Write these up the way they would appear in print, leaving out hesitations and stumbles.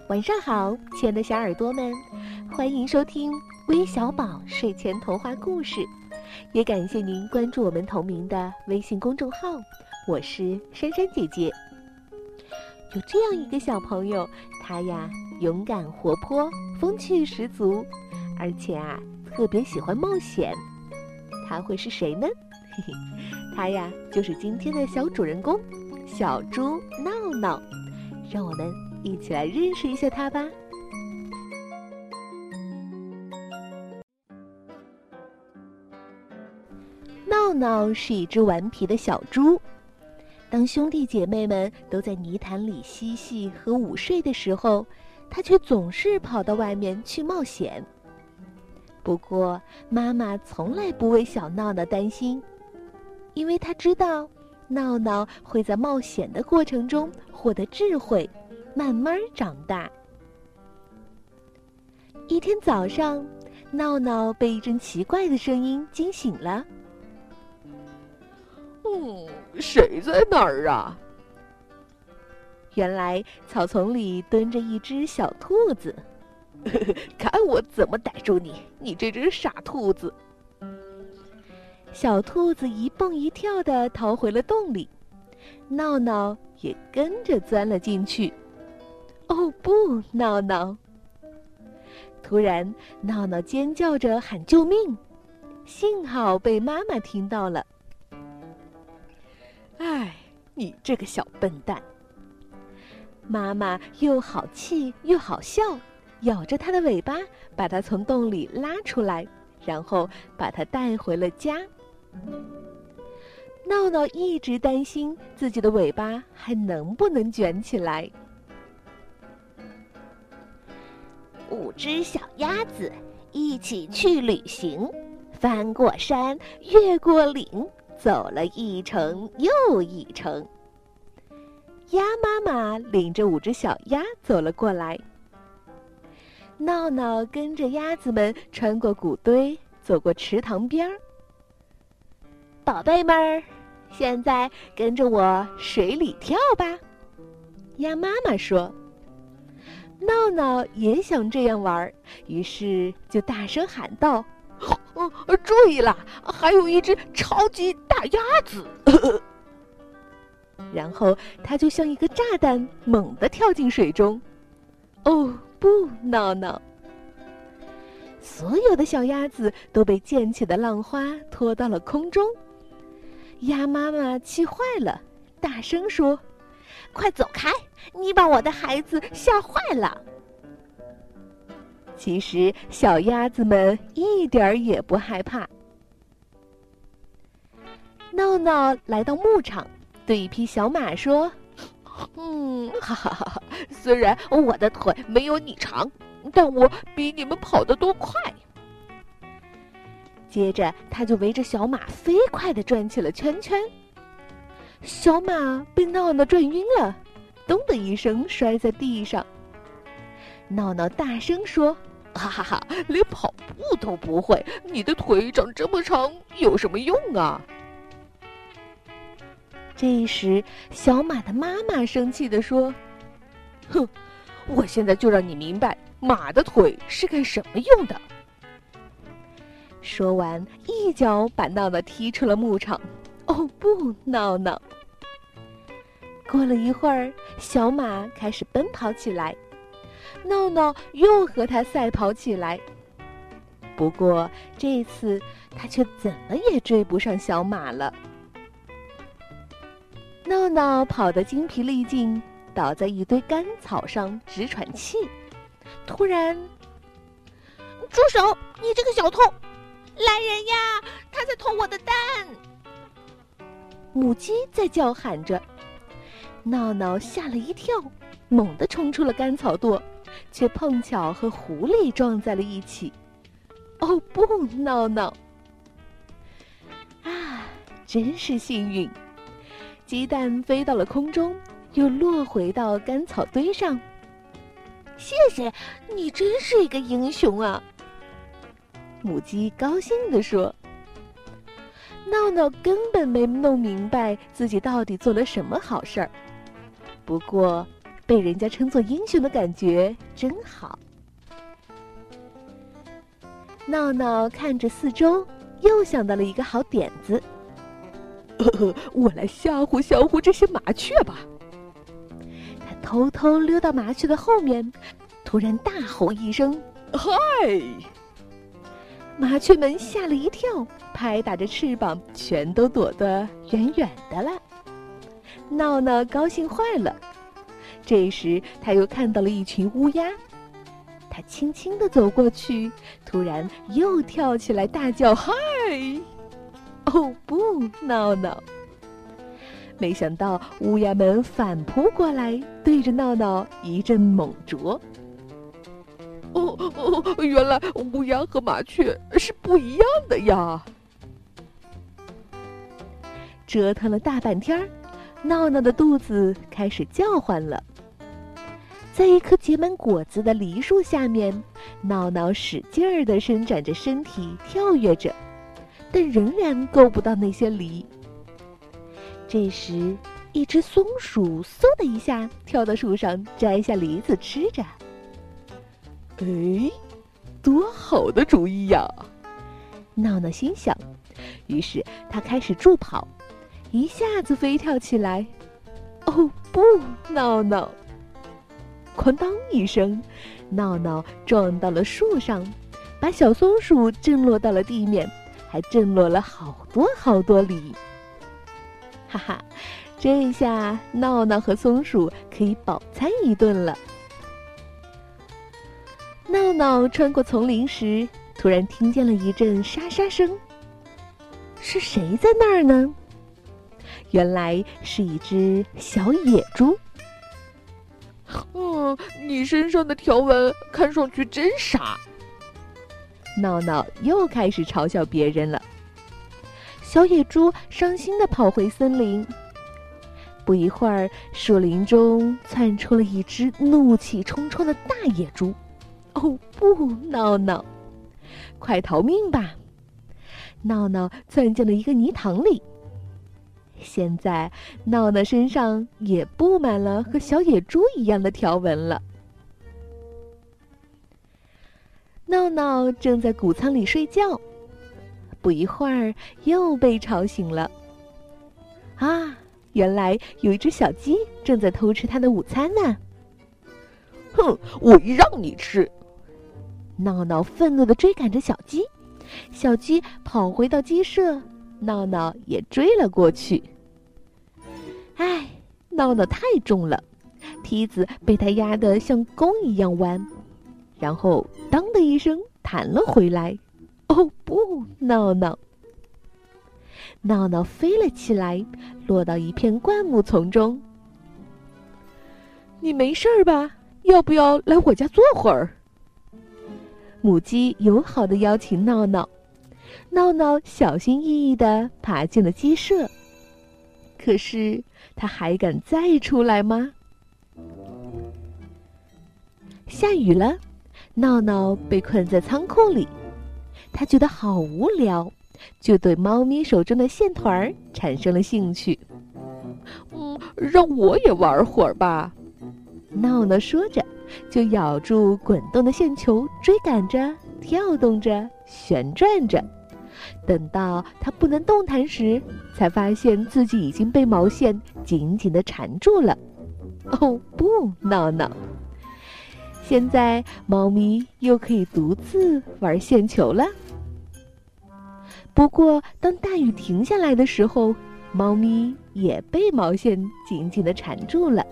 晚上好，亲爱的小耳朵们，欢迎收听微小宝睡前童话故事，也感谢您关注我们同名的微信公众号，我是珊珊姐姐。有这样一个小朋友，他呀勇敢活泼，风趣十足，而且特别喜欢冒险。他会是谁呢？嘿嘿，他呀就是今天的小主人公小猪闹闹，让我们一起来认识一下他吧。闹闹是一只顽皮的小猪，当兄弟姐妹们都在泥潭里嬉戏和午睡的时候，他却总是跑到外面去冒险。不过妈妈从来不为小闹闹担心，因为她知道闹闹会在冒险的过程中获得智慧，慢慢长大。一天早上，闹闹被一阵奇怪的声音惊醒了。 谁在哪儿啊？ 原来草丛里蹲着一只小兔子。 看我怎么逮住你，你这只傻兔子！ 小兔子一蹦一跳地逃回了洞里，闹闹也跟着钻了进去。哦不，闹闹！突然，闹闹尖叫着喊救命，幸好被妈妈听到了。 哎，你这个小笨蛋！ 妈妈又好气又好笑，咬着它的尾巴，把它从洞里拉出来，然后把它带回了家。闹闹一直担心自己的尾巴还能不能卷起来。 5只小鸭子一起去旅行，翻过山，越过岭，走了一程又一程。 鸭妈妈领着5只小鸭走了过来。闹闹跟着鸭子们穿过谷堆，走过池塘边儿。 宝贝们儿，现在跟着我水里跳吧。 鸭妈妈说。闹闹也想这样玩，于是就大声喊道： 注意了，还有一只超级大鸭子！ 然后他就像一个炸弹，猛地跳进水中。哦不，闹闹！所有的小鸭子都被溅起的浪花拖到了空中。鸭妈妈气坏了，大声说： 快走开，你把我的孩子吓坏了。 其实小鸭子们一点儿也不害怕。闹闹来到牧场，对一匹小马说： 哈哈哈！虽然我的腿没有你长，但我比你们跑得都快。 接着他就围着小马飞快地转起了圈圈。小马被闹闹转晕了，咚的一声摔在地上。闹闹大声说： 哈哈哈，连跑步都不会，你的腿长这么长有什么用啊？ 这时小马的妈妈生气地说： 哼，我现在就让你明白马的腿是干什么用的。 说完一脚把闹闹踢出了牧场。哦不，闹闹！过了一会儿，小马开始奔跑起来，闹闹又和他赛跑起来。不过这次他却怎么也追不上小马了。闹闹跑得精疲力尽，倒在一堆干草上直喘气。突然， 住手！你这个小偷！来人呀！他在偷我的蛋！ 母鸡在叫喊着。闹闹吓了一跳，猛地冲出了干草垛，却碰巧和狐狸撞在了一起。哦不，闹闹！啊，真是幸运！鸡蛋飞到了空中，又落回到干草堆上。 谢谢，你真是一个英雄啊！ 母鸡高兴地说。闹闹根本没弄明白自己到底做了什么好事儿，不过被人家称作英雄的感觉真好。闹闹看着四周，又想到了一个好点子。 我来吓唬吓唬这些麻雀吧。 他偷偷溜到麻雀的后面，突然大吼一声：“ 嗨！” 麻雀们吓了一跳，拍打着翅膀，全都躲得远远的了。闹闹高兴坏了。这时他又看到了一群乌鸦，他轻轻地走过去，突然又跳起来大叫：“嗨！”哦不，闹闹！没想到乌鸦们反扑过来，对着闹闹一阵猛啄。 原来乌鸦和麻雀是不一样的呀！ 折腾了大半天，闹闹的肚子开始叫唤了。在一棵结满果子的梨树下面，闹闹使劲儿地伸展着身体，跳跃着，但仍然够不到那些梨。这时，一只松鼠嗖的一下跳到树上，摘下梨子吃着。 哎，多好的主意呀！ 闹闹心想。于是他开始助跑，一下子飞跳起来。哦不，闹闹！哐当一声，闹闹撞到了树上，把小松鼠震落到了地面，还震落了好多好多梨。哈哈，这下闹闹和松鼠可以饱餐一顿了。闹闹穿过丛林时，突然听见了一阵沙沙声。是谁在那儿呢？原来是一只小野猪。 你身上的条纹看上去真傻。 闹闹又开始嘲笑别人了。小野猪伤心地跑回森林。不一会儿，树林中窜出了一只怒气冲冲的大野猪。哦不，闹闹，快逃命吧！闹闹钻进了一个泥塘里。现在闹闹身上也布满了和小野猪一样的条纹了。闹闹正在谷仓里睡觉，不一会儿又被吵醒了。啊，原来有一只小鸡正在偷吃它的午餐呢。 哼，我让你吃！ 闹闹愤怒地追赶着小鸡，小鸡跑回到鸡舍，闹闹也追了过去。唉，闹闹太重了，梯子被它压得像弓一样弯，然后当的一声弹了回来。哦不，闹闹！闹闹飞了起来，落到一片灌木丛中。 你没事吧？要不要来我家坐会儿？ 母鸡友好地邀请闹闹。闹闹小心翼翼地爬进了鸡舍。可是他还敢再出来吗？下雨了，闹闹被困在仓库里，他觉得好无聊，就对猫咪手中的线团产生了兴趣。 让我也玩会儿吧。 闹闹说着，就咬住滚动的线球，追赶着，跳动着，旋转着。等到他不能动弹时，才发现自己已经被毛线紧紧地缠住了。哦不，闹闹！现在猫咪又可以独自玩线球了。不过当大雨停下来的时候，猫咪也被毛线紧紧地缠住了。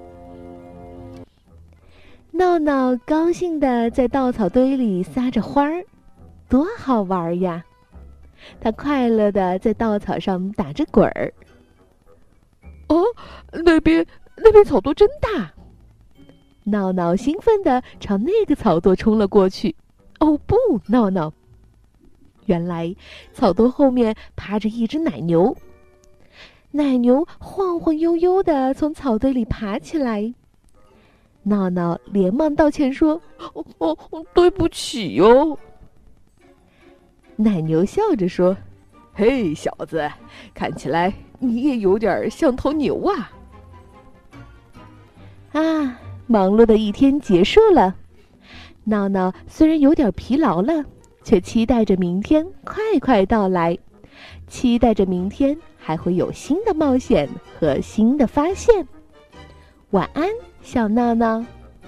闹闹高兴地在稻草堆里撒着欢儿，多好玩呀！他快乐地在稻草上打着滚儿。 哦，那边草垛真大！ 闹闹兴奋地朝那个草垛冲了过去。哦不，闹闹！原来草垛后面趴着一只奶牛。奶牛晃晃悠悠地从草堆里爬起来。闹闹连忙道歉说：“ 对不起哟。” 奶牛笑着说：“ 嘿，小子，看起来你也有点像头牛啊。” 啊，忙碌的一天结束了。闹闹虽然有点疲劳了，却期待着明天快快到来，期待着明天还会有新的冒险和新的发现。晚安，小闹闹。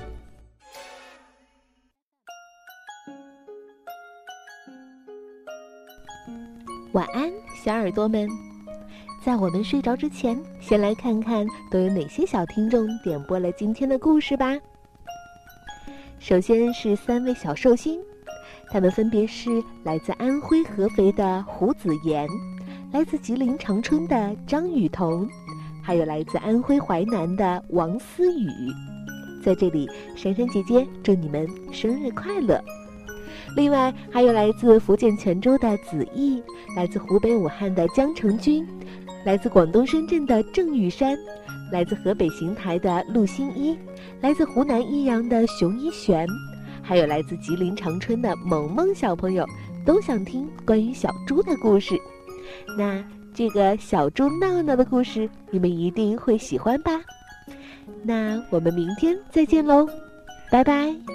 晚安，小耳朵们。在我们睡着之前，先来看看都有哪些小听众点播了今天的故事吧。首先是3位小寿星，他们分别是来自安徽合肥的胡子妍，来自吉林长春的张雨桐，还有来自安徽淮南的王思雨。在这里，珊珊姐姐祝你们生日快乐。另外还有来自福建泉州的子毅，来自湖北武汉的江成军，来自广东深圳的郑玉山，来自河北邢台的陆新一，来自湖南益阳的熊一璇，还有来自吉林长春的萌萌小朋友，都想听关于小猪的故事。那这个小猪闹闹的故事，你们一定会喜欢吧？那我们明天再见喽，拜拜。